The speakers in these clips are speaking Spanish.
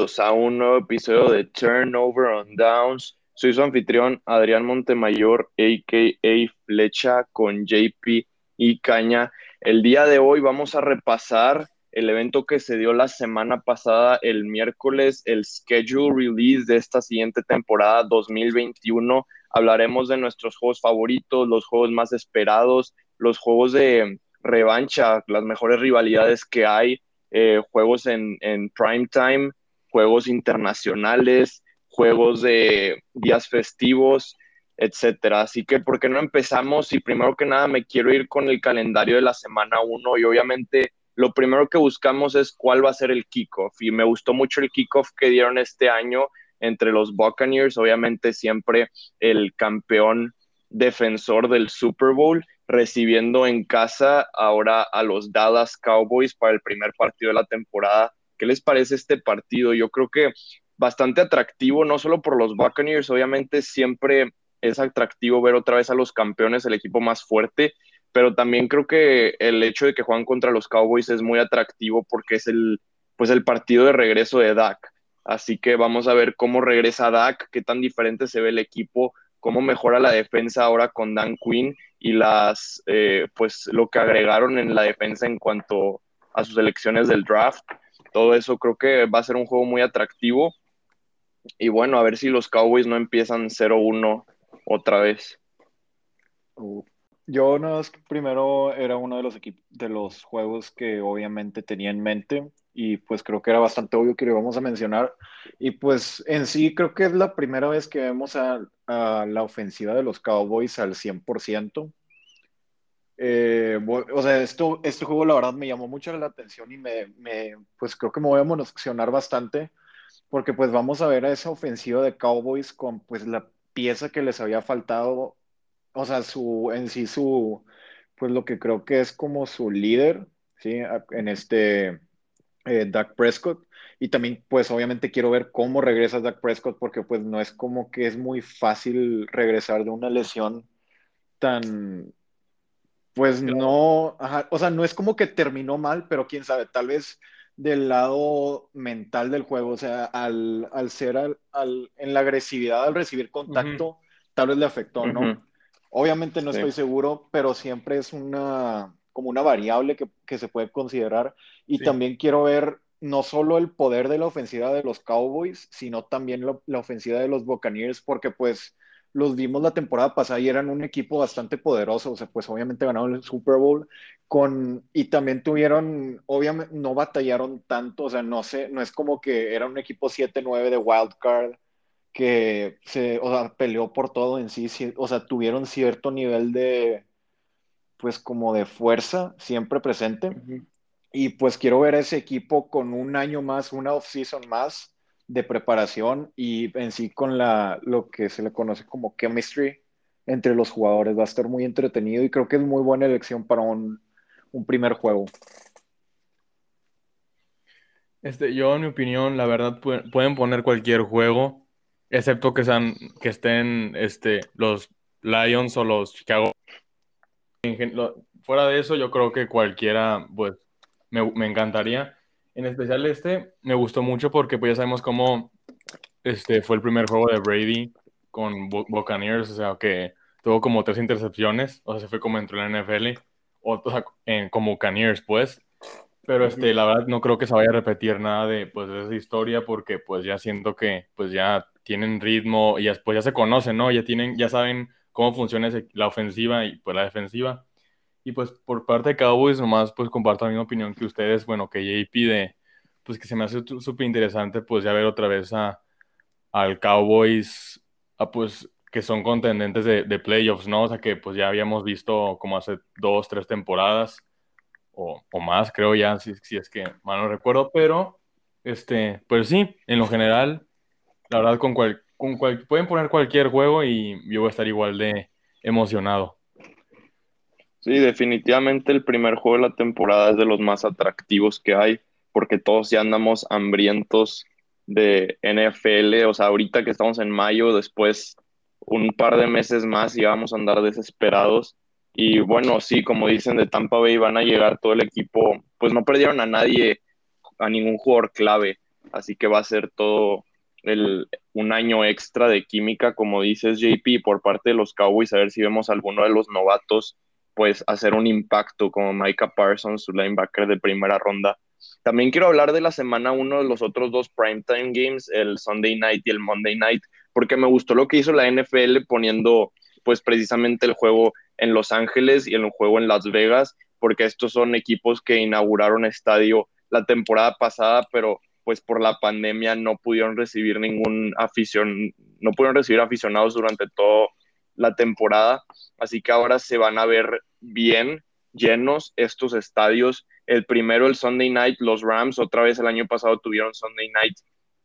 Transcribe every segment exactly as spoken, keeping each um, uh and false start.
Bienvenidos a un nuevo episodio de Turnover on Downs. Soy su anfitrión Adrián Montemayor, a k a. Flecha, con J P y Caña. El día de hoy vamos a repasar el evento que se dio la semana pasada, el miércoles, el schedule release de esta siguiente temporada dos mil veintiuno. Hablaremos de nuestros juegos favoritos, los juegos más esperados, los juegos de revancha, las mejores rivalidades que hay, eh, juegos en, en prime time, juegos internacionales, juegos de días festivos, etcétera. Así que, ¿por qué no empezamos? Y primero que nada, me quiero ir con el calendario de la semana uno y obviamente lo primero que buscamos es cuál va a ser el kickoff. Y me gustó mucho el kickoff que dieron este año entre los Buccaneers, obviamente siempre el campeón defensor del Super Bowl, recibiendo en casa ahora a los Dallas Cowboys para el primer partido de la temporada. ¿Qué les parece este partido? Yo creo que bastante atractivo, no solo por los Buccaneers, obviamente siempre es atractivo ver otra vez a los campeones, el equipo más fuerte, pero también creo que el hecho de que juegan contra los Cowboys es muy atractivo porque es el, pues el partido de regreso de Dak. Así que vamos a ver cómo regresa Dak, qué tan diferente se ve el equipo, cómo mejora la defensa ahora con Dan Quinn y las, eh, pues lo que agregaron en la defensa en cuanto a sus elecciones del draft. Todo eso creo que va a ser un juego muy atractivo. Y bueno, a ver si los Cowboys no empiezan cero uno otra vez. Uh, Yo no es que primero era uno de los equipos de los juegos que obviamente tenía en mente y pues creo que era bastante obvio que lo íbamos a mencionar y pues en sí creo que es la primera vez que vemos a, a la ofensiva de los Cowboys al cien por ciento. Eh, bu- o sea, esto, este juego la verdad me llamó mucho la atención y me, me pues creo que me voy a emocionar bastante porque pues vamos a ver a esa ofensiva de Cowboys con pues la pieza que les había faltado, o sea, su, en sí su, pues lo que creo que es como su líder, ¿sí? En este eh, Dak Prescott. Y también, pues obviamente quiero ver cómo regresa Dak Prescott, porque pues no es como que es muy fácil regresar de una lesión tan, pues no, ajá, o sea, no es como que terminó mal, pero quién sabe, tal vez del lado mental del juego, o sea, al, al ser al, al- en la agresividad, al recibir Ujú, contacto, tal vez le afectó, ujú, ¿no? Obviamente no sí. estoy seguro, pero siempre es una, como una variable que, que se puede considerar. Y Sí. también quiero ver no solo el poder de la ofensiva de los Cowboys, sino también lo- la ofensiva de los Buccaneers, porque pues los vimos la temporada pasada y eran un equipo bastante poderoso, o sea, pues obviamente ganaron el Super Bowl con, y también tuvieron, obviamente no batallaron tanto, o sea, no sé, no es como que era un equipo siete nueve de wild card que se, o sea, peleó por todo en sí, sí, o sea, tuvieron cierto nivel de, pues como de fuerza siempre presente. Ujú. Y pues quiero ver a ese equipo con un año más, una off-season más de preparación y en sí con la, lo que se le conoce como chemistry entre los jugadores. Va a estar muy entretenido y creo que es muy buena elección para un, un primer juego. Este, yo, en mi opinión, la verdad, pu- pueden poner cualquier juego, excepto que sean, que estén, este, los Lions o los Chicago. En gen- lo- fuera de eso, yo creo que cualquiera, pues, me, me encantaría. En especial este, me gustó mucho porque, pues, ya sabemos cómo, este, fue el primer juego de Brady con Bu- Buccaneers, o sea, que tuvo como tres intercepciones, o sea, se fue como entró en la N F L, o, o sea, en, como Buccaneers, pues. Pero este, Ujú. la verdad no creo que se vaya a repetir nada de, pues, de esa historia porque pues ya siento que pues ya tienen ritmo y ya, pues ya se conocen, ¿no? Ya tienen, ya saben cómo funciona ese- la ofensiva y pues la defensiva. Y pues por parte de Cowboys nomás pues comparto la misma opinión que ustedes, bueno, que J P de, pues que se me hace tu- súper interesante pues ya ver otra vez a, al Cowboys, a, pues que son contendentes de, de playoffs, ¿no? O sea que pues ya habíamos visto como hace dos, tres temporadas o, o más, creo ya, si, si es que mal no recuerdo, pero este, pues sí, en lo general, la verdad, con cual, con cual, pueden poner cualquier juego y yo voy a estar igual de emocionado. Sí, definitivamente el primer juego de la temporada es de los más atractivos que hay, porque todos ya andamos hambrientos de N F L. O sea, ahorita que estamos en mayo, después un par de meses más y vamos a andar desesperados. Y bueno, sí, como dicen de Tampa Bay, van a llegar todo el equipo, pues no perdieron a nadie, a ningún jugador clave. así que va a ser todo el, un año extra de química, como dices, J P, por parte de los Cowboys, a ver si vemos a alguno de los novatos, pues hacer un impacto como Micah Parsons, su linebacker de primera ronda. También quiero hablar de la semana uno de los otros dos primetime games, el Sunday Night y el Monday Night, porque me gustó lo que hizo la N F L poniendo pues precisamente el juego en Los Ángeles y el juego en Las Vegas, porque estos son equipos que inauguraron estadio la temporada pasada, pero pues por la pandemia no pudieron recibir ningún afición, no pudieron recibir aficionados durante toda la temporada, así que ahora se van a ver bien llenos estos estadios. El primero, el Sunday Night, los Rams, otra vez el año pasado tuvieron Sunday Night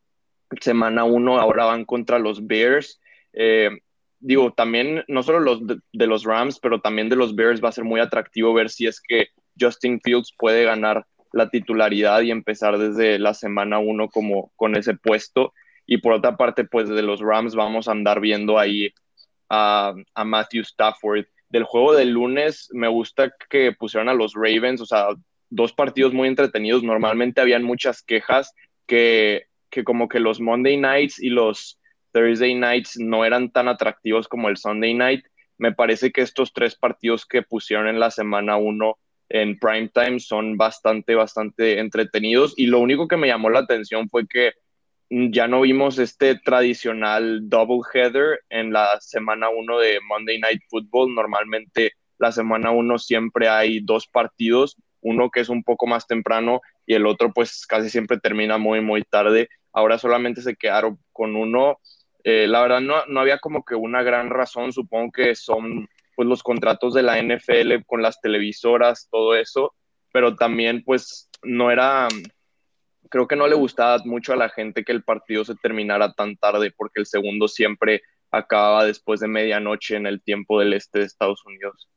semana uno, ahora van contra los Bears. Eh, digo, también, no solo los de, de los Rams, pero también de los Bears va a ser muy atractivo ver si es que Justin Fields puede ganar la titularidad y empezar desde la semana uno como con ese puesto. Y por otra parte, pues de los Rams vamos a andar viendo ahí a, a Matthew Stafford. Del juego del lunes, me gusta que pusieron a los Ravens, o sea, dos partidos muy entretenidos. Normalmente habían muchas quejas que, que como que los Monday Nights y los Thursday Nights no eran tan atractivos como el Sunday Night. Me parece que estos tres partidos que pusieron en la semana uno en primetime son bastante, bastante entretenidos. Y lo único que me llamó la atención fue que ya no vimos este tradicional doubleheader en la semana uno de Monday Night Football. Normalmente la semana uno siempre hay dos partidos, uno que es un poco más temprano y el otro pues casi siempre termina muy, muy tarde. Ahora solamente se quedaron con uno. Eh, la verdad no, no había como que una gran razón, supongo que son pues los contratos de la N F L con las televisoras, todo eso, pero también pues no era, creo que no le gustaba mucho a la gente que el partido se terminara tan tarde, porque el segundo siempre acababa después de medianoche en el tiempo del este de Estados Unidos.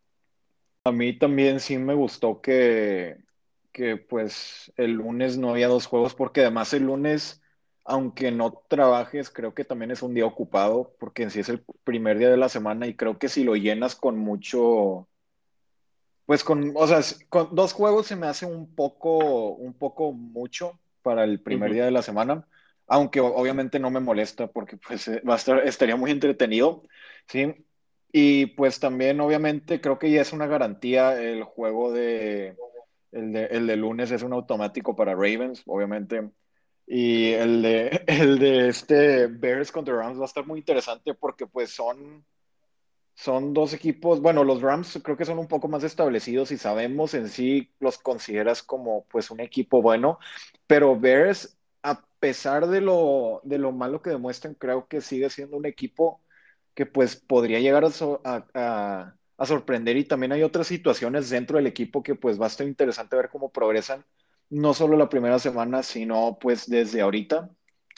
A mí también sí me gustó que, que pues el lunes no había dos juegos, porque además el lunes, aunque no trabajes, creo que también es un día ocupado, porque en sí es el primer día de la semana y creo que si lo llenas con mucho, pues con, o sea, s- con dos juegos se me hace un poco, un poco mucho para el primer Uh-huh. día de la semana, aunque o- obviamente no me molesta porque pues eh, va a estar, estaría muy entretenido, ¿sí? Y pues también obviamente creo que ya es una garantía el juego de, el de, el de lunes es un automático para Ravens, obviamente. Y el de, el de este Bears contra Rams va a estar muy interesante porque pues son son dos equipos, bueno, los Rams creo que son un poco más establecidos y sabemos en sí, los consideras como pues un equipo bueno, pero Bears, a pesar de lo, de lo malo que demuestran, creo que sigue siendo un equipo que pues podría llegar a, so- a, a- a sorprender y también hay otras situaciones dentro del equipo que pues va a estar interesante ver cómo progresan, no solo la primera semana, sino pues desde ahorita.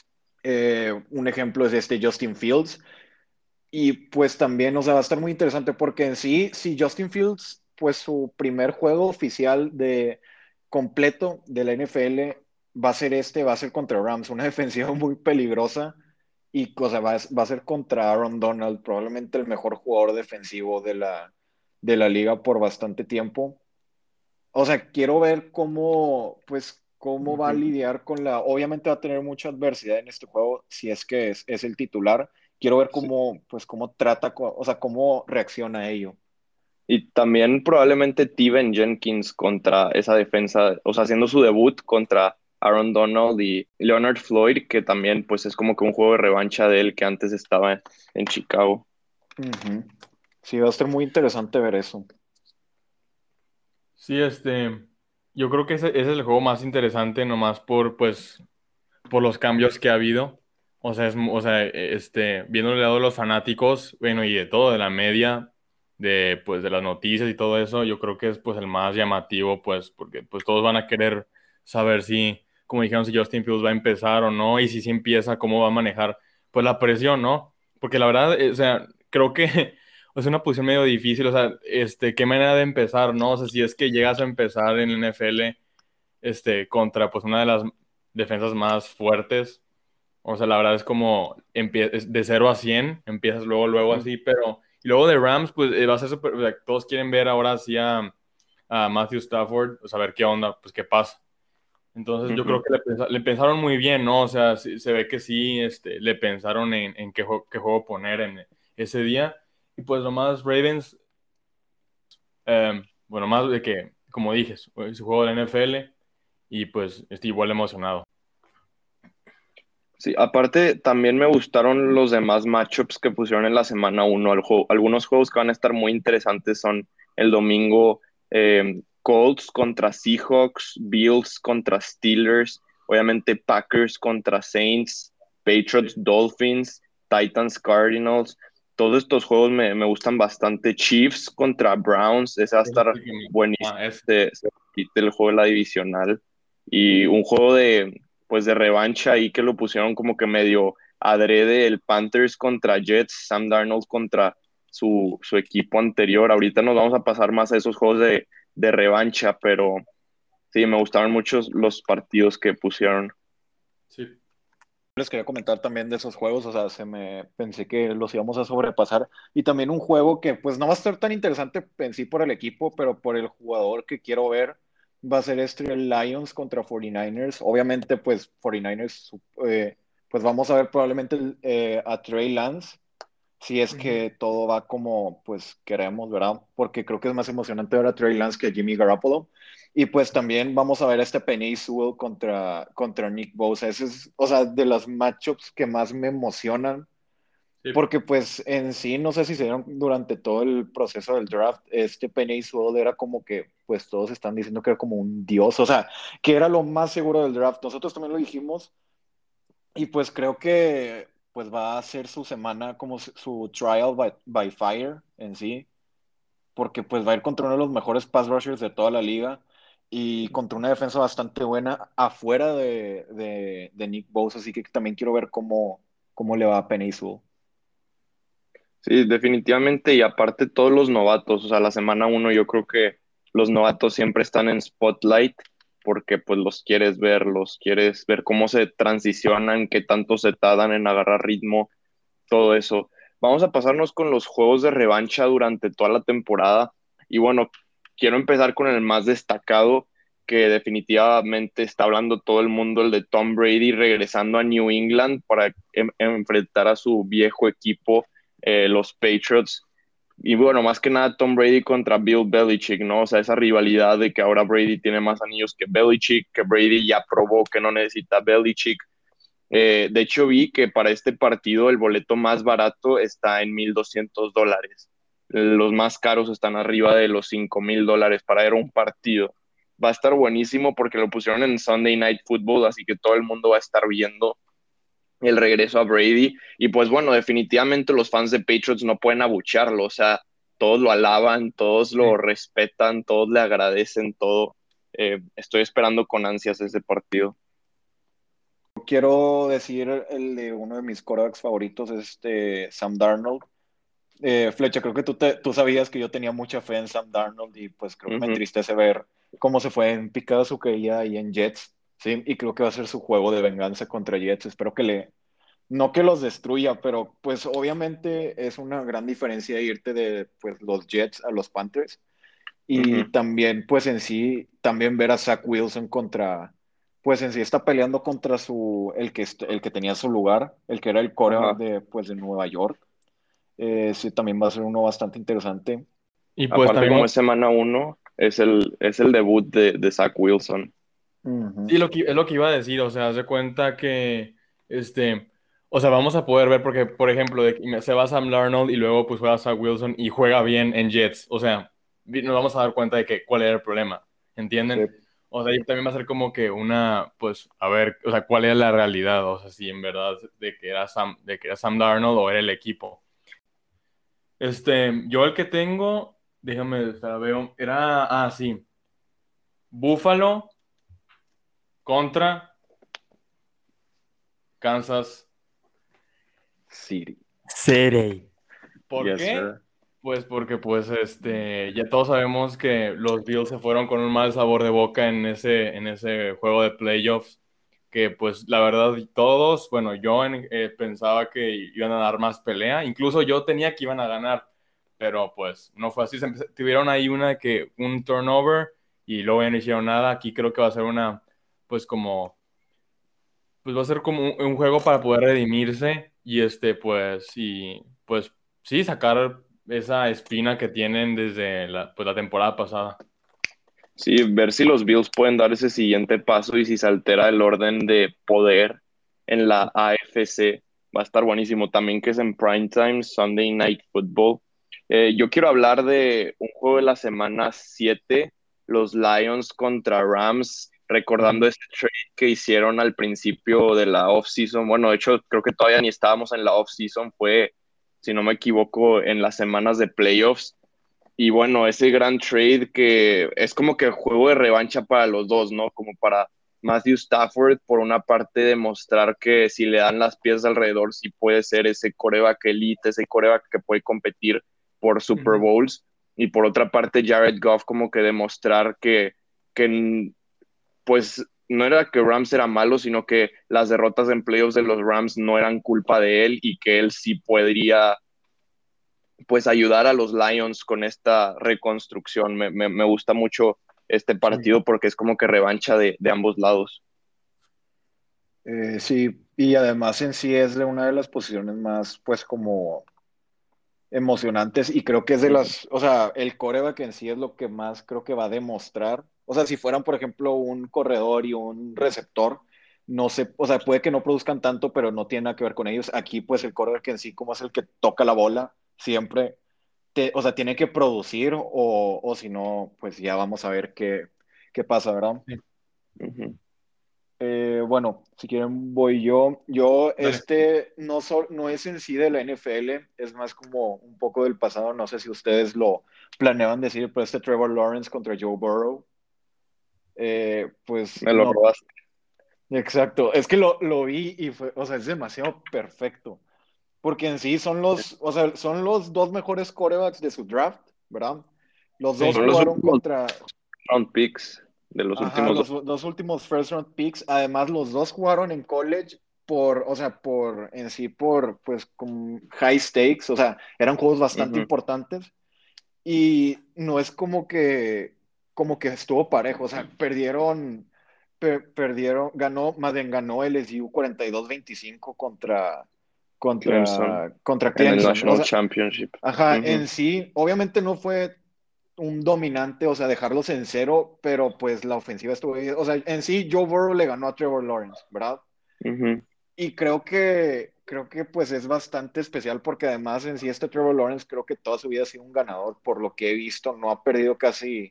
Eh, un ejemplo es este Justin Fields y pues también, o sea, va a estar muy interesante porque en sí, si Justin Fields, pues su primer juego oficial de completo de la N F L va a ser este, va a ser contra Rams, una defensiva muy peligrosa y o sea, va, a- va a ser contra Aaron Donald, probablemente el mejor jugador defensivo de la, de la liga por bastante tiempo. O sea, quiero ver cómo, pues, cómo va a Uh-huh. lidiar con la. Obviamente va a tener mucha adversidad en este juego si es que es, es el titular. Quiero ver Sí. cómo, pues, cómo trata, co- o sea, cómo reacciona a ello. Y también probablemente Steven Jenkins contra esa defensa, o sea, haciendo su debut contra Aaron Donald y Leonard Floyd, que también pues es como que un juego de revancha de él que antes estaba en Chicago. Ujú. Sí, va a estar muy interesante ver eso. Sí, este, yo creo que ese, ese es el juego más interesante, nomás por, pues, por los cambios que ha habido. O sea, es, mu- o sea, este, viendo el lado de los fanáticos, bueno, y de todo, de la media, de, pues, de las noticias y todo eso, yo creo que es, pues, el más llamativo, pues, porque, pues, todos van a querer saber si, como dijeron, si Justin Fields va a empezar o no, y si sí empieza, cómo va a manejar, pues, la presión, ¿no? Porque la verdad, eh, o sea, creo que es una posición medio difícil, o sea, este, qué manera de empezar, ¿no? O sea, si es que llegas a empezar en la N F L, este, contra, pues, una de las defensas más fuertes. O sea, la verdad es como empie- es de cero a cien empiezas luego, luego Mm. así, pero y luego de Rams, pues eh, va a ser súper, o sea, todos quieren ver ahora sí a, a Matthew Stafford, o saber qué onda, pues qué pasa. Entonces yo Ujú. creo que le, pensa- le pensaron muy bien, ¿no? O sea, sí- se ve que sí, este, le pensaron en, en qué, jue- qué juego poner en ese día. Y pues nomás Ravens, eh, bueno, más de que, como dije, es su juego de la N F L y pues estoy igual emocionado. Sí, aparte también me gustaron los demás matchups que pusieron en la semana uno. Algunos juegos que van a estar muy interesantes son el domingo eh, Colts contra Seahawks, Bills contra Steelers, obviamente Packers contra Saints, Patriots, Dolphins, Titans, Cardinals. Todos estos juegos me, me gustan bastante. Chiefs contra Browns, ese va a Ese estar sí que me- buenísimo, ah, es, se, se repite el juego de la divisional. Y un juego de pues de revancha ahí que lo pusieron como que medio adrede el Panthers contra Jets, Sam Darnold contra su, su equipo anterior. Ahorita nos vamos a pasar más a esos juegos de, de revancha, pero sí, me gustaron mucho los partidos que pusieron. sí. Les quería comentar también de esos juegos, o sea, se me pensé que los íbamos a sobrepasar. Y también un juego que pues no va a ser tan interesante en sí por el equipo, pero por el jugador que quiero ver, va a ser este el Lions contra cuarenta y nueve ers. Obviamente, pues cuarenta y nueve ers, eh, pues vamos a ver probablemente eh, a Trey Lance, si es Ujú. que todo va como pues queremos, ¿verdad? Porque creo que es más emocionante ver a Trey Lance que a Jimmy Garoppolo. Y pues también vamos a ver a este Penei Sewell contra, contra Nick Bosa. Ese es, o sea, de las matchups que más me emocionan. Sí. Porque pues en sí, no sé si se dieron durante todo el proceso del draft, este Penei Sewell era como que, pues todos están diciendo que era como un dios, o sea, que era lo más seguro del draft. Nosotros también lo dijimos, y pues creo que pues va a ser su semana como su, su trial by, by fire en sí, porque pues va a ir contra uno de los mejores pass rushers de toda la liga y contra una defensa bastante buena afuera de, de, de Nick Bosa, así que también quiero ver cómo, cómo le va a Penei Sewell. Sí, definitivamente, y aparte todos los novatos, o sea, la semana uno yo creo que los novatos siempre están en spotlight porque pues los quieres ver, los quieres ver cómo se transicionan, qué tanto se tardan en agarrar ritmo, todo eso. Vamos a pasarnos con los juegos de revancha durante toda la temporada. Y bueno, quiero empezar con el más destacado, que definitivamente está hablando todo el mundo, el de Tom Brady regresando a New England para em- enfrentar a su viejo equipo, eh, los Patriots. Y bueno, más que nada Tom Brady contra Bill Belichick, ¿no? O sea, esa rivalidad de que ahora Brady tiene más anillos que Belichick, que Brady ya probó que no necesita Belichick. Eh, de hecho, vi que para este partido el boleto más barato está en mil doscientos dólares. Los más caros están arriba de los cinco mil dólares para ver un partido. Va a estar buenísimo porque lo pusieron en Sunday Night Football, así que todo el mundo va a estar viendo el regreso a Brady. Y pues bueno, definitivamente los fans de Patriots no pueden abucharlo. O sea, todos lo alaban, todos lo respetan, todos le agradecen todo. Eh, estoy esperando con ansias ese partido. Quiero decir el de uno de mis quarterbacks favoritos, este Sam Darnold. Eh, Flecha, creo que tú, te, tú sabías que yo tenía mucha fe en Sam Darnold y pues creo que me Ujú. entristece ver cómo se fue en picada su caída ahí en Jets, ¿sí? Y creo que va a ser su juego de venganza contra Jets. Espero que le, no que los destruya, pero pues obviamente es una gran diferencia irte de pues los Jets a los Panthers y Ujú. también pues en sí, también ver a Zach Wilson contra, pues en sí está peleando contra su, el que, est- el que tenía su lugar, el que era el quarterback Ajá. de pues de Nueva York. Eh, sí, también va a ser uno bastante interesante. Y pues Aparte, también, como es semana uno, es el, es el debut de, de Zach Wilson. Ujú. sí, lo que, es lo que iba a decir, o sea, haz de cuenta que, este, o sea, vamos a poder ver, porque, por ejemplo, de que se va Sam Darnold y luego pues juega Zach Wilson y juega bien en Jets, o sea, vi- nos vamos a dar cuenta de que cuál era el problema, Sí. ¿entienden? O sea, y también va a ser como que una, pues, a ver, o sea, cuál era la realidad, o sea, si en verdad de que era Sam, de que era Sam Darnold o era el equipo. Este, yo el que tengo, déjame, o sea, veo, era, ah, sí, Buffalo contra Kansas City. City. ¿Por Yes, qué? sir. Pues porque pues este ya todos sabemos que los Bills se fueron con un mal sabor de boca en ese en ese juego de playoffs que pues la verdad todos, bueno, yo en- eh, pensaba que iban a dar más pelea, incluso yo tenía que iban a ganar, pero pues no fue así, se empe- tuvieron ahí una que un turnover y luego ya no hicieron nada, aquí creo que va a ser una pues como, pues va a ser como un, un juego para poder redimirse y este, pues, y pues sí, sacar esa espina que tienen desde la, pues, la temporada pasada. Sí, ver si los Bills pueden dar ese siguiente paso y si se altera el orden de poder en la A F C, va a estar buenísimo. También que es en primetime, Sunday Night Football. Eh, yo quiero hablar de un juego de la semana siete, los Lions contra Rams, recordando ese trade que hicieron al principio de la off-season. Bueno, de hecho, creo que todavía ni estábamos en la off-season, fue, si no me equivoco, en las semanas de playoffs. Y bueno, ese gran trade que es como que juego de revancha para los dos, ¿no? Como para Matthew Stafford, por una parte, demostrar que si le dan las piezas alrededor, sí puede ser ese coreback elite, ese coreback que puede competir por Super Ujú. Bowls. Y por otra parte, Jared Goff, como que demostrar que, que pues no era que Rams era malo, sino que las derrotas en playoffs de los Rams no eran culpa de él y que él sí podría pues ayudar a los Lions con esta reconstrucción. Me, me, me gusta mucho este Sí. partido porque es como que revancha de, de ambos lados. Eh, sí, y además en sí es de una de las posiciones más, pues, como emocionantes y creo que es de Uh-huh. las, o sea, el coreback en sí es lo que más creo que va a demostrar. O sea, si fueran, por ejemplo, un corredor y un receptor, no sé, o sea, puede que no produzcan tanto, pero no tiene nada que ver con ellos. Aquí, pues, el coreback en sí, como es el que toca la bola, siempre, te, o sea, tiene que producir o, o si no, pues ya vamos a ver qué, qué pasa, ¿verdad? Sí. Uh-huh. Eh, bueno, si quieren voy yo. Yo, Dale. este no, so- no es en sí de la N F L, es más como un poco del pasado. No sé si ustedes lo planeaban decir, pero este Trevor Lawrence contra Joe Burrow, eh, pues Me lo no, robaste. exacto. Es que lo, lo vi y fue, o sea, es demasiado perfecto. Porque en sí son los, o sea, son los dos mejores quarterbacks de su draft, ¿verdad? Los dos Sí. Son los jugaron últimos contra, round picks de los ajá, últimos dos. los dos últimos first round picks. Además, los dos jugaron en college por, o sea, por, en sí, por, pues, con high stakes, o sea, eran juegos bastante Uh-huh. importantes. Y no es como que, como que estuvo parejo, o sea, perdieron, per- perdieron, ganó, más bien ganó L S U cuarenta y dos veinticinco contra, Clemson contra, contra en el Clemson. O National sea, Championship. ajá, Uh-huh. en sí, obviamente no fue un dominante, o sea, dejarlos en cero, pero pues la ofensiva estuvo bien. O sea, en sí, Joe Burrow le ganó a Trevor Lawrence, ¿verdad? Uh-huh. Y creo que, creo que pues es bastante especial porque además en sí este Trevor Lawrence creo que toda su vida ha sido un ganador, por lo que he visto, no ha perdido casi,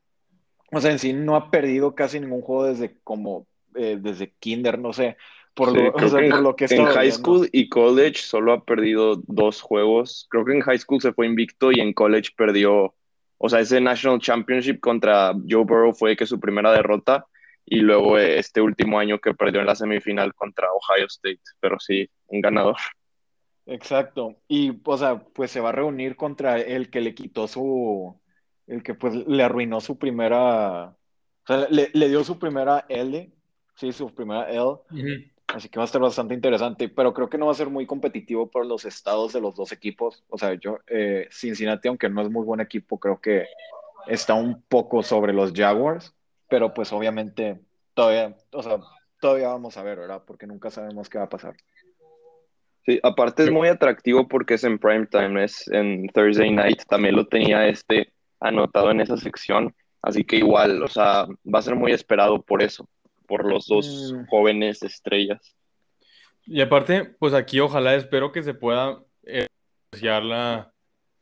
o sea, en sí no ha perdido casi ningún juego desde como, eh, desde kinder, no sé, por lo, Sí, o creo que sea, en, por lo que he en estado high viendo. school y college solo ha perdido dos juegos. Creo que en high school se fue invicto y en college perdió, o sea, ese National Championship contra Joe Burrow fue que su primera derrota y luego eh, este último año que perdió en la semifinal contra Ohio State. Pero sí, un ganador. Exacto. Y, o sea, pues se va a reunir contra el que le quitó su, el que pues le arruinó su primera, o sea, le, le dio su primera L, sí, su primera L. Ujú. Así que va a estar bastante interesante, pero creo que no va a ser muy competitivo por los estados de los dos equipos. O sea, yo, eh, Cincinnati, aunque no es muy buen equipo, creo que está un poco sobre los Jaguars, pero pues obviamente todavía, o sea, todavía vamos a ver, ¿verdad? Porque nunca sabemos qué va a pasar. Sí, aparte es muy atractivo porque es en prime time, es en Thursday night. También lo tenía este anotado en esa sección. Así que igual, o sea, va a ser muy esperado por eso, por los dos Mm, jóvenes estrellas. Y aparte, pues aquí ojalá espero que se pueda eh, apreciar la,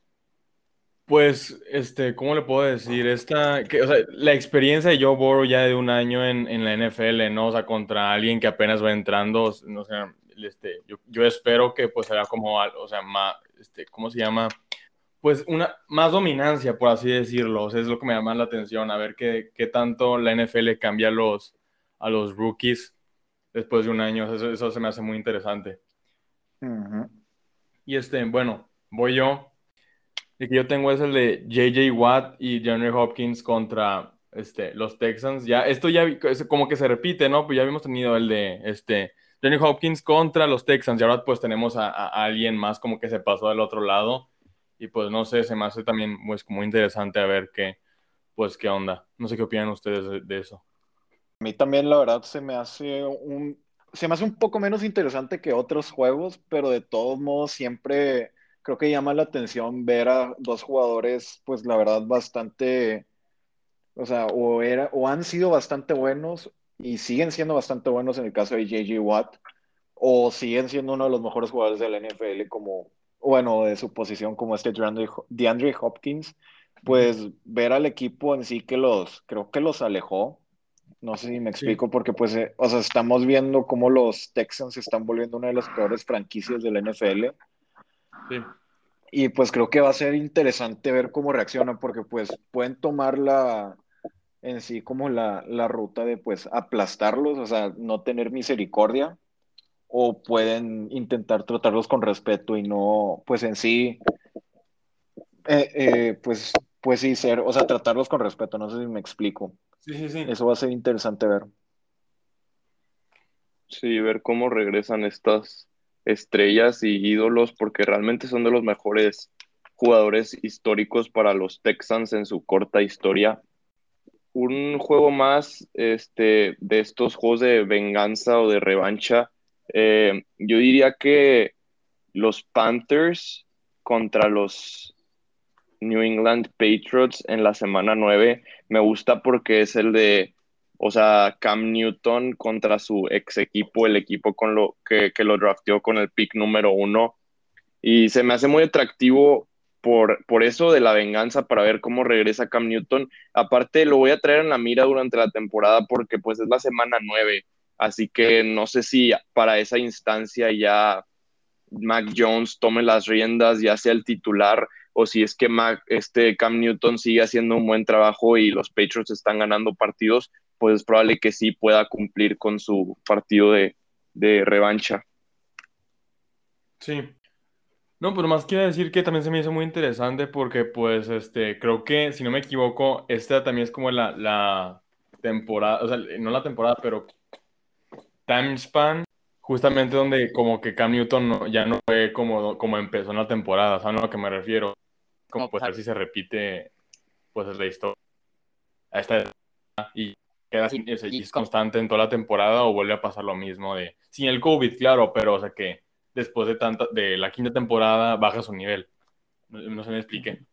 pues, este, ¿cómo le puedo decir? Esta, que, o sea, la experiencia de Joe Burrow ya de un año en, en la N F L, ¿no? O sea, contra alguien que apenas va entrando, no sé, este, yo, yo espero que pues sea como, al- o sea, más, este, ¿cómo se llama? Pues una, más dominancia, por así decirlo, o sea, es lo que me llama la atención, a ver qué, qué tanto la N F L cambia a los, a los rookies después de un año, eso, eso se me hace muy interesante. ujú. Y este, bueno, voy yo. El que yo tengo es el de J J Watt y DeAndre Hopkins contra este, los Texans. Ya, esto ya vi- es como que se repite, ¿no? Pues ya habíamos tenido el de este, DeAndre Hopkins contra los Texans y ahora pues tenemos a, a- a alguien más como que se pasó del otro lado. Y pues no sé, se me hace también pues como interesante a ver qué, pues qué onda. No sé qué opinan ustedes de, de eso. A mí también, la verdad, se me hace un, se me hace un poco menos interesante que otros juegos, pero de todos modos siempre creo que llama la atención ver a dos jugadores, pues la verdad, bastante, o sea, o era, o han sido bastante buenos y siguen siendo bastante buenos en el caso de J J Watt, o siguen siendo uno de los mejores jugadores de la N F L como, bueno, de su posición como este DeAndre, DeAndre Hopkins, Ujú. pues ver al equipo en sí que los, creo que los alejó. No sé si me Sí, explico, porque pues, eh, o sea, estamos viendo cómo los Texans se están volviendo una de las peores franquicias de la N F L sí, y pues creo que va a ser interesante ver cómo reaccionan, porque pues pueden tomar la, en sí como la, la ruta de pues aplastarlos, o sea, no tener misericordia, o pueden intentar tratarlos con respeto y no, pues en sí, eh, eh, pues, pues sí ser, o sea, tratarlos con respeto, no sé si me explico. sí, sí, sí. Eso va a ser interesante ver. Sí, ver cómo regresan estas estrellas y ídolos, porque realmente son de los mejores jugadores históricos para los Texans en su corta historia. Un juego más este, de estos juegos de venganza o de revancha, eh, yo diría que los Panthers contra los New England Patriots en la semana nueve me gusta porque es el de, o sea, Cam Newton contra su ex equipo, el equipo con lo que, que lo drafteó con el pick número uno. Y se me hace muy atractivo por, por eso de la venganza, para ver cómo regresa Cam Newton. Aparte, lo voy a traer en la mira durante la temporada porque pues es la semana nueve, así que no sé si para esa instancia ya Mac Jones tome las riendas, ya sea el titular, o si es que Mac, este Cam Newton sigue haciendo un buen trabajo y los Patriots están ganando partidos, pues es probable que sí pueda cumplir con su partido de, de revancha. Sí. No, pues más quiero decir que también se me hizo muy interesante porque, pues, este, creo que, si no me equivoco, esta también es como la, la temporada, o sea, no la temporada, pero time span, justamente donde como que Cam Newton no- ya no fue como, como empezó en la temporada, ¿saben a lo que me refiero? Como pues a ver si se repite, pues, la historia a esta edad y queda así, es, es constante en toda la temporada o vuelve a pasar lo mismo de, sin el COVID, claro, pero, o sea, que después de tanta, de la quinta temporada baja su nivel. No, no se me explique.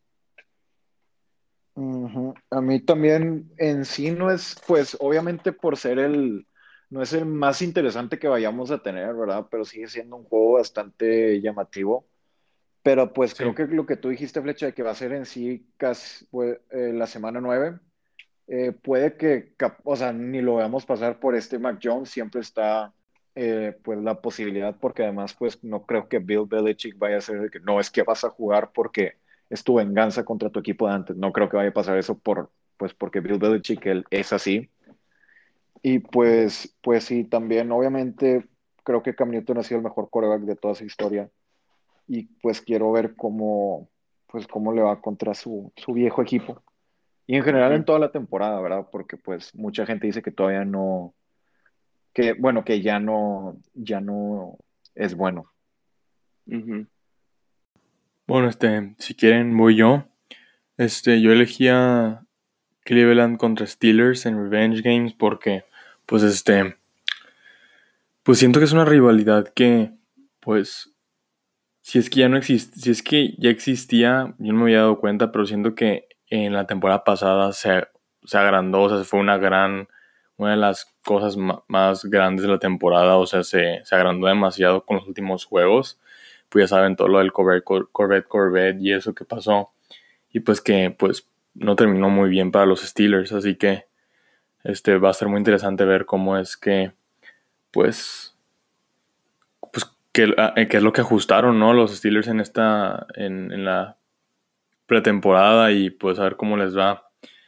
Ujú. A mí también en sí no es, pues obviamente por ser el, no es el más interesante que vayamos a tener, ¿verdad? Pero sigue siendo un juego bastante llamativo. Pero pues Sí, creo que lo que tú dijiste, Flecha, de que va a ser en sí casi pues, eh, la semana nueve, eh, puede que, cap- o sea, ni lo veamos pasar por este Mac Jones, siempre está eh, pues la posibilidad, porque además pues no creo que Bill Belichick vaya a ser de que no es que vas a jugar porque es tu venganza contra tu equipo de antes, no creo que vaya a pasar eso por, pues porque Bill Belichick él es así. Y pues, pues sí, también obviamente creo que Cam Newton ha sido el mejor quarterback de toda su historia y pues quiero ver cómo, pues cómo le va contra su, su viejo equipo. Y en general en Ujú, toda la temporada, ¿verdad? Porque pues mucha gente dice que todavía no, que bueno, que ya no, ya no es bueno. ujú. bueno, este, si quieren voy yo. Este, yo elegía Cleveland contra Steelers en Revenge Games porque, pues, este, pues siento que es una rivalidad que, pues, si es que ya no existe, si es que ya existía, yo no me había dado cuenta, pero siento que en la temporada pasada se, se agrandó, o sea, fue una gran, una de las cosas ma- más grandes de la temporada, o sea, se, se agrandó demasiado con los últimos juegos. Pues ya saben todo lo del Corvette, Cor- Corvette, Corvette y eso que pasó. Y pues que, pues, no terminó muy bien para los Steelers, así que este va a ser muy interesante ver cómo es que, pues, pues qué, ah, qué es lo que ajustaron, ¿no? Los Steelers en esta, en, en la pretemporada y pues a ver cómo les va.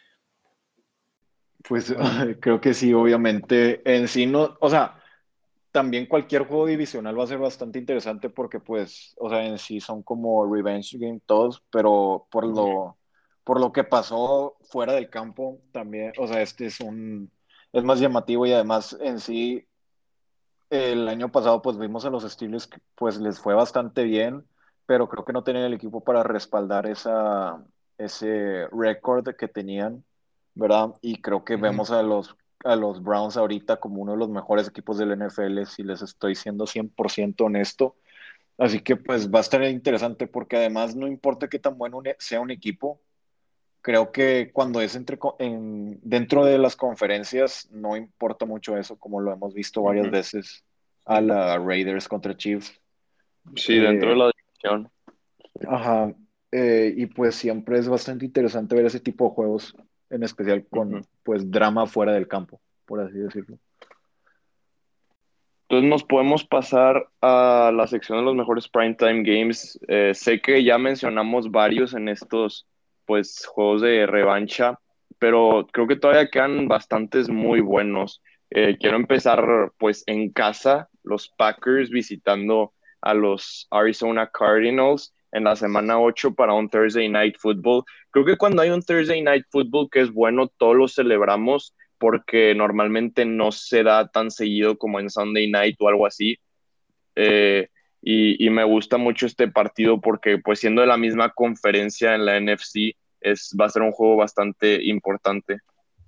Pues Bueno, creo que sí, obviamente. En sí no, o sea, también cualquier juego divisional va a ser bastante interesante porque pues, o sea, en sí son como revenge game todos, pero por lo, por lo que pasó fuera del campo también, o sea, este es un, es más llamativo y además en sí el año pasado pues vimos a los Steelers que pues les fue bastante bien, pero creo que no tenían el equipo para respaldar esa, ese récord que tenían, ¿verdad? Y creo que ujú, vemos a los, a los Browns ahorita como uno de los mejores equipos del N F L, si les estoy siendo cien por ciento honesto. Así que pues va a estar interesante porque además no importa qué tan bueno un- e, sea un equipo, creo que cuando es entre, co- en, dentro de las conferencias no importa mucho eso, como lo hemos visto varias Ujú. veces a la Raiders contra Chiefs. Sí, dentro de Eh, la división. ajá, eh, y pues siempre es bastante interesante ver ese tipo de juegos, en especial Ujú. con pues drama fuera del campo, por así decirlo. Entonces nos podemos pasar a la sección de los mejores primetime games. Eh, sé que ya mencionamos varios en estos pues juegos de revancha, pero creo que todavía quedan bastantes muy buenos. Eh, quiero empezar pues en casa, los Packers visitando a los Arizona Cardinals en la semana ocho para un Thursday Night Football. Creo que cuando hay un Thursday Night Football que es bueno, todos lo celebramos porque normalmente no se da tan seguido como en Sunday Night o algo así. Eh, y, y, me gusta mucho este partido porque pues siendo de la misma conferencia en la N F C, es, va a ser un juego bastante importante.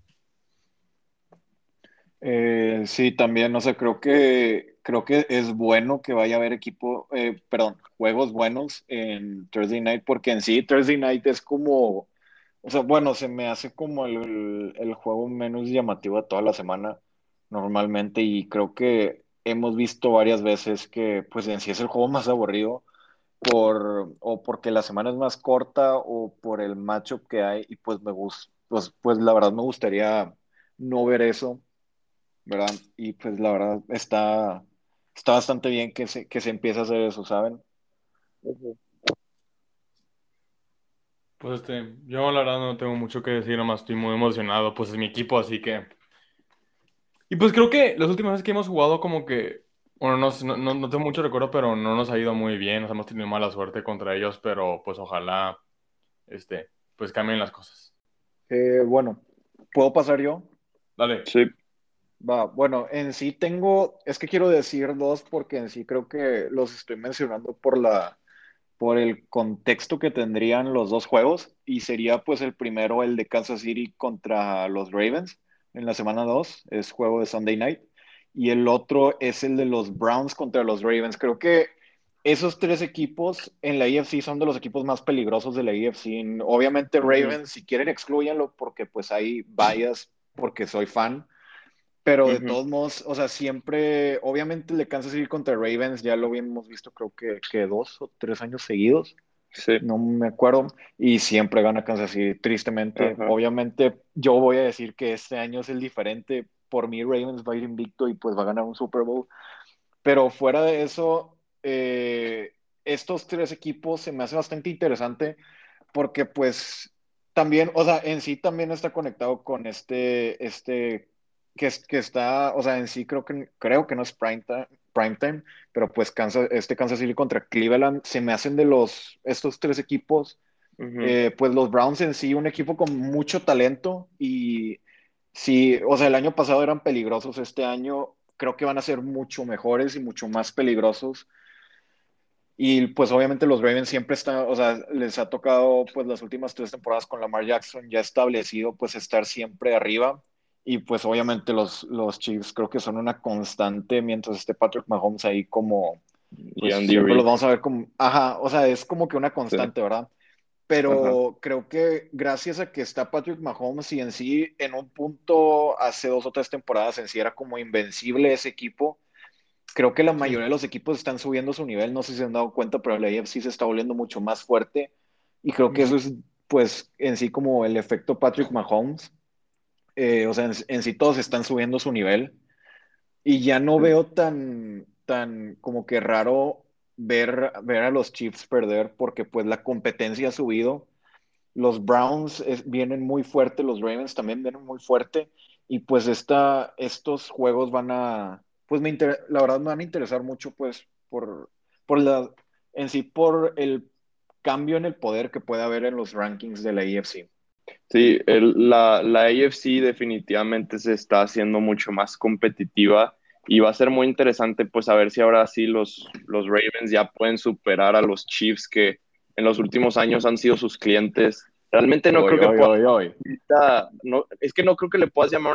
Eh, sí, también, no sé, creo que creo que es bueno que vaya a haber equipo, eh, perdón, juegos buenos en Thursday Night, porque en sí Thursday Night es como, o sea, bueno, se me hace como el, el juego menos llamativo de toda la semana normalmente, y creo que hemos visto varias veces que pues en sí es el juego más aburrido por o porque la semana es más corta o por el matchup que hay, y pues me gusta, pues, pues la verdad me gustaría no ver eso, ¿verdad? Y pues la verdad está, está bastante bien que se, que se empiece a hacer eso, ¿saben? Pues este, yo la verdad no tengo mucho que decir, nomás estoy muy emocionado, pues es mi equipo, así que... Y pues creo que las últimas veces que hemos jugado como que, bueno, no, sé, no, no, no tengo mucho recuerdo, pero no nos ha ido muy bien, nos hemos tenido mala suerte contra ellos, pero pues ojalá, este, pues cambien las cosas. Eh, bueno, ¿puedo pasar yo? Dale. Sí, Va, bueno, en sí tengo, es que quiero decir dos porque en sí creo que los estoy mencionando por la, por el contexto que tendrían los dos juegos, y sería pues el primero el de Kansas City contra los Ravens en la semana dos, es juego de Sunday Night, y el otro es el de los Browns contra los Ravens. Creo que esos tres equipos en la A F C son de los equipos más peligrosos de la A F C. Obviamente uh-huh, Ravens, si quieren, excluyanlo porque pues hay bias, porque soy fan, pero de uh-huh. todos modos, o sea, siempre, obviamente el de Kansas City contra Ravens ya lo habíamos visto creo que, que dos o tres años seguidos, Sí, no me acuerdo, y siempre gana Kansas City, tristemente. ajá. Obviamente yo voy a decir que este año es el diferente, por mí Ravens va a ir invicto y pues va a ganar un Super Bowl, pero fuera de eso, eh, estos tres equipos se me hace bastante interesante porque pues también, o sea, en sí también está conectado con este, este, que, es- que está, o sea, en sí creo que, creo que no es prime time, prime time, pero pues Kansas, este Kansas City contra Cleveland se me hacen de los, estos tres equipos, Uh-huh. eh, pues los Browns en sí, un equipo con mucho talento, y sí, o sea, el año pasado eran peligrosos, este año creo que van a ser mucho mejores y mucho más peligrosos. Y pues obviamente los Ravens siempre están, o sea, les ha tocado pues las últimas tres temporadas con Lamar Jackson ya establecido pues estar siempre arriba. Y pues obviamente los, los Chiefs creo que son una constante mientras esté Patrick Mahomes ahí como, Y pues Andy siempre los Reid. vamos a ver como, ajá, o sea, es como que una Sí, constante, ¿verdad? ajá. Pero creo que gracias a que está Patrick Mahomes, y en sí en un punto hace dos o tres temporadas en sí era como invencible ese equipo, creo que la Sí. mayoría de los equipos están subiendo su nivel, no sé si se han dado cuenta, pero la A F C se está volviendo mucho más fuerte, y creo que eso Ujú. es pues en sí como el efecto Patrick Mahomes. Eh, o sea, en, en, sí todos están subiendo su nivel, y ya no Sí. veo tan, tan como que raro ver, ver a los Chiefs perder porque pues la competencia ha subido, los Browns es, vienen muy fuerte, los Ravens también vienen muy fuerte, y pues esta, estos juegos van a, pues me inter, la verdad me van a interesar mucho pues por, por la, en sí por el cambio en el poder que puede haber en los rankings de la A F C. Sí, el- la, la A F C definitivamente se está haciendo mucho más competitiva y va a ser muy interesante pues a ver si ahora sí los, los Ravens ya pueden superar a los Chiefs que en los últimos años han sido sus clientes. Realmente no Hoy, creo que hoy, pueda, hoy, hoy. ahorita- no, es que no creo que le puedas llamar una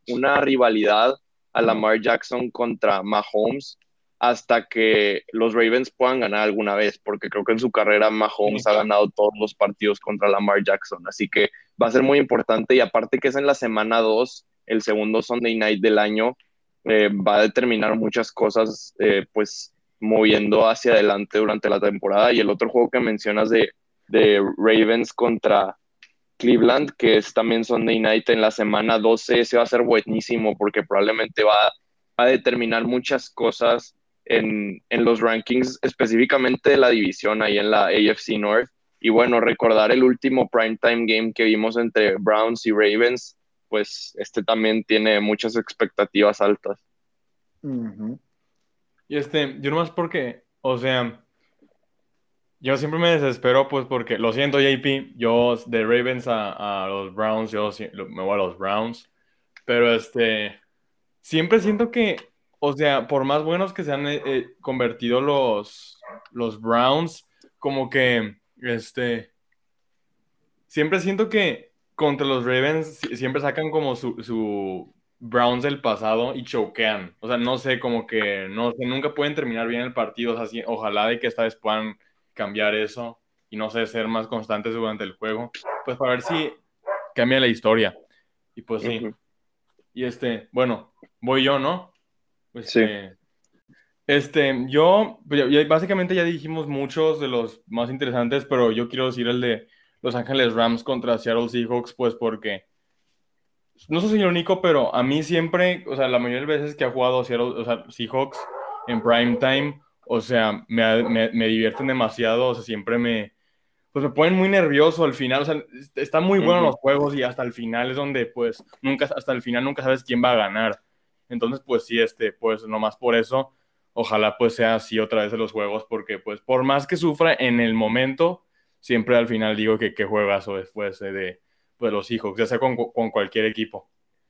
una rivalidad a Lamar Jackson contra Mahomes hasta que los Ravens puedan ganar alguna vez, porque creo que en su carrera Mahomes Sí. ha ganado todos los partidos contra Lamar Jackson, así que va a ser muy importante y aparte que es en la semana dos, el segundo Sunday Night del año, eh, va a determinar muchas cosas, eh, pues moviendo hacia adelante durante la temporada. Y el otro juego que mencionas de, de Ravens contra Cleveland, que es también Sunday Night en la semana doce, ese va a ser buenísimo porque probablemente va a determinar muchas cosas en, en los rankings, específicamente de la división ahí en la A F C North. Y bueno, recordar el último primetime game que vimos entre Browns y Ravens, pues este también tiene muchas expectativas altas. Ujú. Y este, yo nomás porque, o sea, yo siempre me desespero, pues porque, lo siento, J P, yo de Ravens a, a los Browns, yo sí- lo- me voy a los Browns, pero este, siempre siento que, o sea, por más buenos que se han eh, eh, convertido los, los Browns, como que, este, siempre siento que contra los Ravens si- siempre sacan como su, su Browns del pasado y choquean. O sea, no sé, como que no sé, nunca pueden terminar bien el partido. O sea, sí, ojalá de que esta vez puedan cambiar eso y no sé, ser más constantes durante el juego. Pues para ver si cambia la historia. Y pues sí. Ujú. Y este, bueno, voy yo, ¿no? Sí. Este, este, yo, pues, ya- ya básicamente ya dijimos muchos de los más interesantes, pero yo quiero decir el de Los Ángeles Rams contra Seattle Seahawks, pues porque, no sé si soy el único, pero a mí siempre, o sea, la mayoría de veces que ha jugado Seattle, o sea, Seahawks en prime time, o sea, me, me, me divierten demasiado, o sea, siempre me, pues me ponen muy nervioso al final, o sea, est- están muy buenos Ujú. los juegos y hasta el final es donde, pues, nunca, hasta el final nunca sabes quién va a ganar. Entonces, pues sí, este, pues nomás por eso, ojalá pues sea así otra vez en los juegos, porque pues por más que sufra en el momento, siempre al final digo que qué juegazo después eh, de pues, los Seahawks, ya sea con, con cualquier equipo.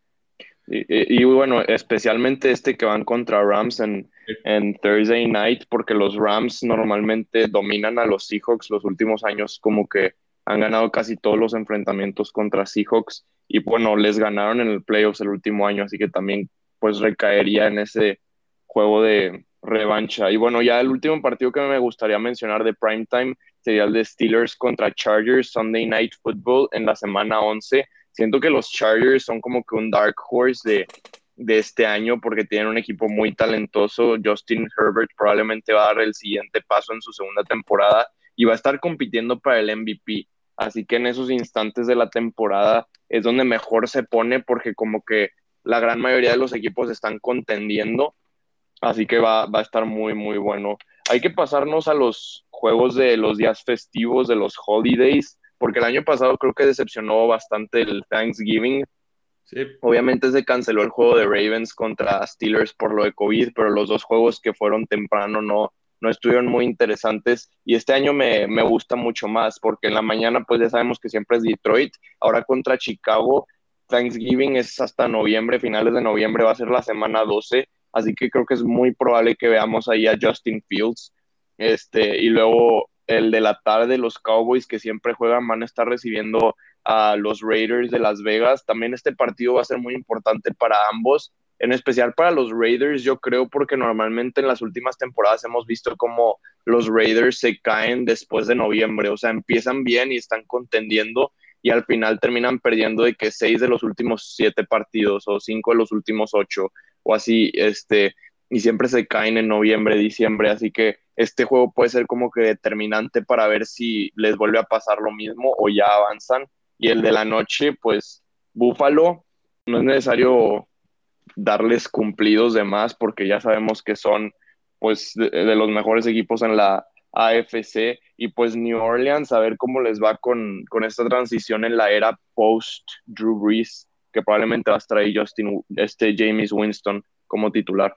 Y, y- y bueno, especialmente este que van contra Rams en, Sí, en Thursday Night, porque los Rams normalmente dominan a los Seahawks los últimos años, como que han ganado casi todos los enfrentamientos contra Seahawks y bueno, les ganaron en el playoffs el último año, así que también pues recaería en ese juego de revancha. Y bueno, ya el último partido que me gustaría mencionar de primetime sería el de Steelers contra Chargers Sunday Night Football en la semana once. Siento que los Chargers son como que un dark horse de, de este año porque tienen un equipo muy talentoso. Justin Herbert probablemente va a dar el siguiente paso en su segunda temporada y va a estar compitiendo para el M V P. Así que en esos instantes de la temporada es donde mejor se pone porque como que la gran mayoría de los equipos están contendiendo. Así que va, va a estar muy, muy bueno. Hay que pasarnos a los juegos de los días festivos, de los holidays, porque el año pasado creo que decepcionó bastante el Thanksgiving. sí, Obviamente se canceló el juego de Ravens contra Steelers por lo de COVID, pero los dos juegos que fueron temprano no, no estuvieron muy interesantes. Y este año me, me gusta mucho más, porque en la mañana pues ya sabemos que siempre es Detroit, ahora contra Chicago. Thanksgiving es hasta noviembre, finales de noviembre va a ser la semana doce, así que creo que es muy probable que veamos ahí a Justin Fields. Este, y luego el de la tarde, los Cowboys que siempre juegan van a estar recibiendo a los Raiders de Las Vegas. También este partido va a ser muy importante para ambos, en especial para los Raiders, yo creo, porque normalmente en las últimas temporadas hemos visto cómo los Raiders se caen después de noviembre, o sea, empiezan bien y están contendiendo y al final terminan perdiendo de que seis de los últimos siete partidos o cinco de los últimos ocho o así, este, y siempre se caen en noviembre, diciembre, así que este juego puede ser como que determinante para ver si les vuelve a pasar lo mismo o ya avanzan. Y el de la noche, pues Búfalo, no es necesario darles cumplidos de más porque ya sabemos que son pues de, de los mejores equipos en la A F C y pues New Orleans, a ver cómo les va con, con esta transición en la era post Drew Brees, que probablemente va a estar ahí Justin, este James Winston como titular.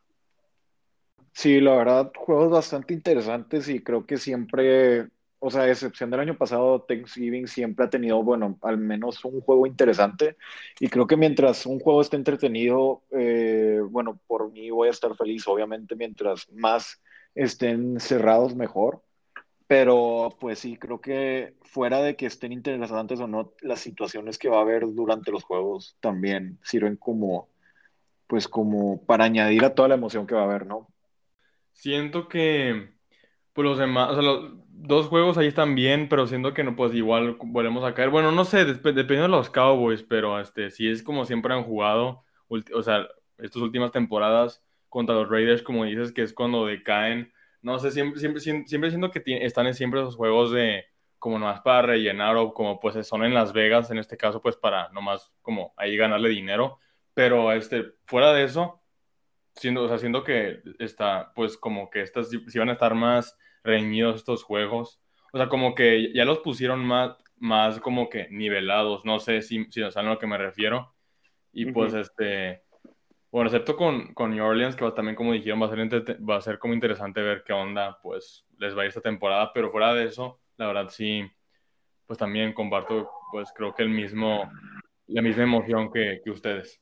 Sí, la verdad, juegos bastante interesantes y creo que siempre, o sea, a excepción del año pasado, Thanksgiving siempre ha tenido, bueno, al menos un juego interesante y creo que mientras un juego esté entretenido, eh, bueno, por mí voy a estar feliz, obviamente, mientras más estén cerrados, mejor. Pero pues sí, creo que fuera de que estén interesantes o no, las situaciones que va a haber durante los juegos también sirven como, pues como para añadir a toda la emoción que va a haber, ¿no? Siento que pues los demás, o sea, los dos juegos ahí están bien, pero siento que no, pues igual volvemos a caer. Bueno, no sé, despe- dependiendo de los Cowboys, pero este, si es como siempre han jugado, ulti- o sea, estas últimas temporadas contra los Raiders, como dices, que es cuando decaen. No sé, siempre, siempre, siempre, siempre siento que tie- están en siempre esos juegos de como nomás para rellenar o como pues son en Las Vegas, en este caso, pues para nomás como ahí ganarle dinero. Pero este, fuera de eso siendo, o sea, siento que está, pues como que estas sí sí van a estar más reñidos estos juegos. O sea, como que ya los pusieron más, más como que nivelados. No sé si, si saben a lo que me refiero. Y pues Ujú. este, bueno, excepto con, con New Orleans, que también como dijeron, va a ser, entrete- va a ser como interesante ver qué onda, pues les va a ir esta temporada. Pero fuera de eso, la verdad sí, pues también comparto, pues creo que el mismo, la misma emoción que, que ustedes.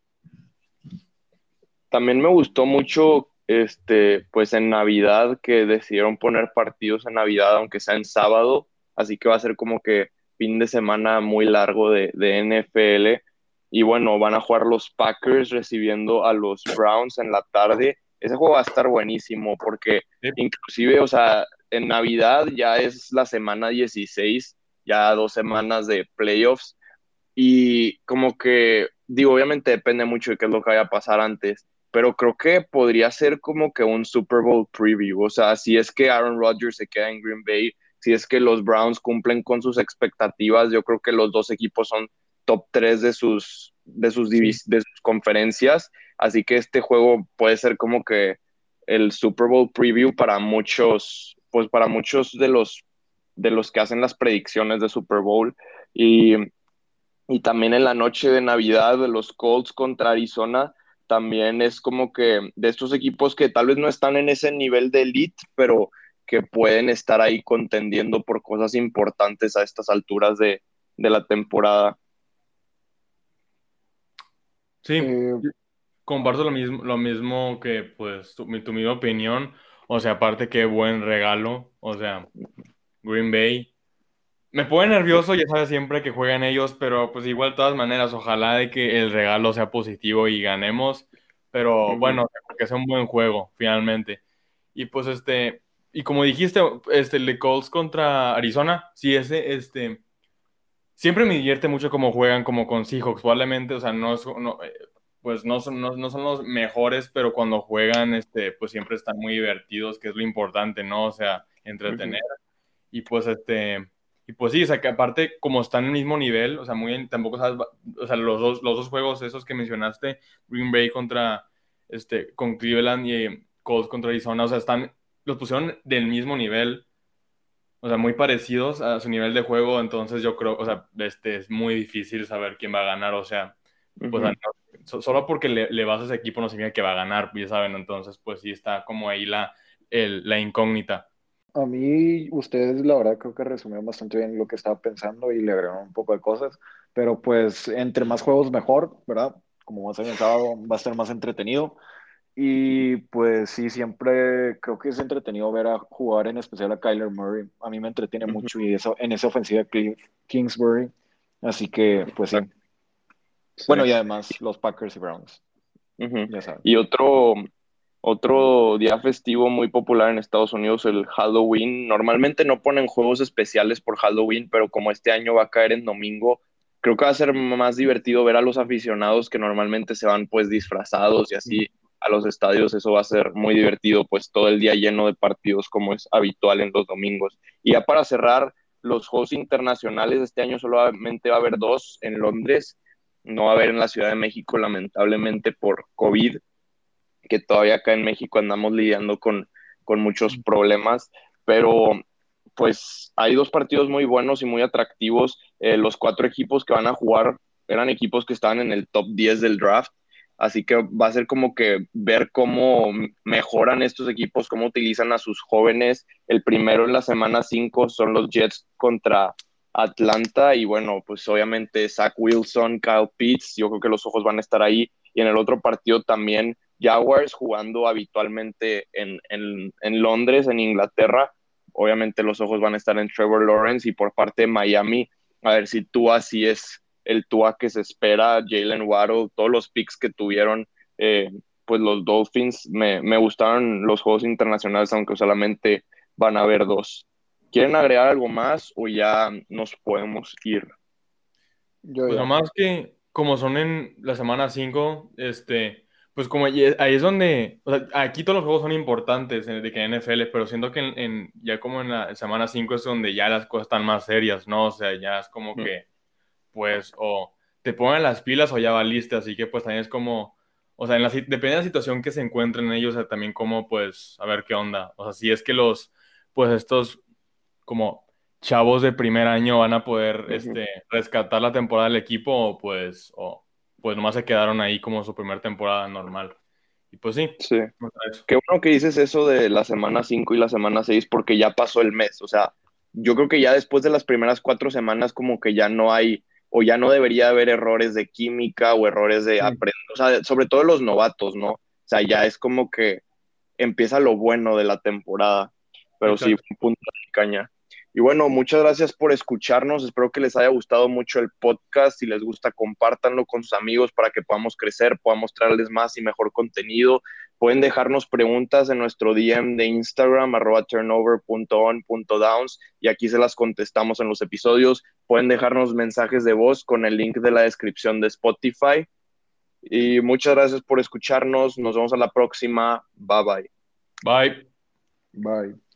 También me gustó mucho, este, pues en Navidad que decidieron poner partidos en Navidad, aunque sea en sábado, así que va a ser como que fin de semana muy largo de, de N F L. Y bueno, van a jugar los Packers recibiendo a los Browns en la tarde. Ese juego va a estar buenísimo porque Sí, inclusive, o sea, en Navidad ya es la semana dieciséis, ya dos semanas de playoffs. Y como que, digo, obviamente depende mucho de qué es lo que vaya a pasar antes, pero creo que podría ser como que un Super Bowl preview. O sea, si es que Aaron Rodgers se queda en Green Bay, si es que los Browns cumplen con sus expectativas, yo creo que los dos equipos son top tres de sus, de sus, sí. divis- de sus conferencias. Así que este juego puede ser como que el Super Bowl preview para muchos, pues para muchos de los, de los que hacen las predicciones de Super Bowl. Y y también en la noche de Navidad de los Colts contra Arizona, también es como que de estos equipos que tal vez no están en ese nivel de elite, pero que pueden estar ahí contendiendo por cosas importantes a estas alturas de, de la temporada. Sí, Eh, comparto lo mismo, lo mismo que pues tu, mi- tu misma opinión. O sea, aparte qué buen regalo. O sea, Green Bay. Me pone nervioso, ya sabes siempre que juegan ellos, pero pues igual de todas maneras, ojalá de que el regalo sea positivo y ganemos. Pero Ujú, bueno, que sea un buen juego, finalmente. Y pues este, y como dijiste, este, el de Colts contra Arizona, sí, ese, este, siempre me divierte mucho cómo juegan como con Seahawks, probablemente, o sea, no, es- no, eh, pues no son, no, no son los mejores, pero cuando juegan, este, pues siempre están muy divertidos, que es lo importante, ¿no? O sea, ujú, entretener. Y pues este, y pues sí, o sea, que aparte, como están en el mismo nivel, o sea, muy bien, tampoco sabes, o sea, los dos, los dos juegos esos que mencionaste, Green Bay contra, este, con Cleveland y eh, Colts contra Arizona, o sea, están, los pusieron del mismo nivel, o sea, muy parecidos a su nivel de juego, entonces yo creo, o sea, este, es muy difícil saber quién va a ganar, o sea, pues a- ujú. no- so- solo porque le, le vas a ese equipo no significa que va a ganar, ya saben, entonces pues sí está como ahí la, el- la incógnita. a mí, ustedes, la verdad, creo que resumieron bastante bien lo que estaba pensando y le agregaron un poco de cosas, pero pues entre más juegos mejor, ¿verdad? Como va a ser el sábado, va a estar más entretenido. Y pues sí, siempre creo que es entretenido ver a jugar en especial a Kyler Murray. A mí me entretiene Ujú, mucho y eso, en esa ofensiva de Cliff- Kingsbury. Así que pues sí. exacto, sí. Bueno, y además los Packers y Browns, Ujú. ya saben. Y otro, otro día festivo muy popular en Estados Unidos, el Halloween. Normalmente no ponen juegos especiales por Halloween, pero como este año va a caer en domingo, creo que va a ser más divertido ver a los aficionados que normalmente se van pues disfrazados y así a los estadios. Eso va a ser muy divertido, pues todo el día lleno de partidos como es habitual en los domingos. Y ya para cerrar, los juegos internacionales este año solamente va a haber dos en Londres, no va a haber en la Ciudad de México, lamentablemente por COVID, que todavía acá en México andamos lidiando con, con muchos problemas, pero pues hay dos partidos muy buenos y muy atractivos. Eh, los cuatro equipos que van a jugar eran equipos que estaban en el top diez del draft, así que va a ser como que ver cómo mejoran estos equipos, cómo utilizan a sus jóvenes. El primero en la semana cinco son los Jets contra Atlanta y bueno, pues obviamente Zach Wilson, Kyle Pitts, yo creo que los ojos van a estar ahí. Y en el otro partido también Jaguars jugando habitualmente en, en, en Londres, en Inglaterra. Obviamente los ojos van a estar en Trevor Lawrence y por parte de Miami, a ver si Tua sí es el Tua que se espera, Jalen Waddle, todos los picks que tuvieron eh, pues los Dolphins, me, me gustaron los juegos internacionales, aunque solamente van a haber dos. ¿Quieren agregar algo más o ya nos podemos ir? Yo Pues ya. nomás que como son en la semana cinco este, pues como ahí es, ahí es donde, o sea, aquí todos los juegos son importantes en- de que en N F L, pero siento que en, en- ya como en la semana cinco es donde ya las cosas están más serias, ¿no? O sea, ya es como Mm. que, pues, o te ponen las pilas o ya valiste, así que pues también es como, o sea, en la, si- depende de la situación que se encuentren ellos, o sea, también como, pues, a ver qué onda. O sea, si es que los, pues estos como chavos de primer año van a poder Ujú. este, rescatar la temporada del equipo o pues, o, pues nomás se quedaron ahí como su primer temporada normal. Y pues sí, Sí. o sea, eso. Qué bueno que dices eso de la semana cinco y la semana seis porque ya pasó el mes. O sea, yo creo que ya después de las primeras cuatro semanas como que ya no hay o ya no debería haber errores de química o errores de Sí, aprender, o sea, sobre todo los novatos, ¿no? O sea, ya es como que empieza lo bueno de la temporada. Pero sí, exacto. un punto de caña. Y bueno, muchas gracias por escucharnos. Espero que les haya gustado mucho el podcast. Si les gusta, compártanlo con sus amigos para que podamos crecer, podamos traerles más y mejor contenido. Pueden dejarnos preguntas en nuestro D M de Instagram, arroba turnover punto on punto downs, y aquí se las contestamos en los episodios. Pueden dejarnos mensajes de voz con el link de la descripción de Spotify. Y muchas gracias por escucharnos. Nos vemos a la próxima. Bye bye. Bye. Bye.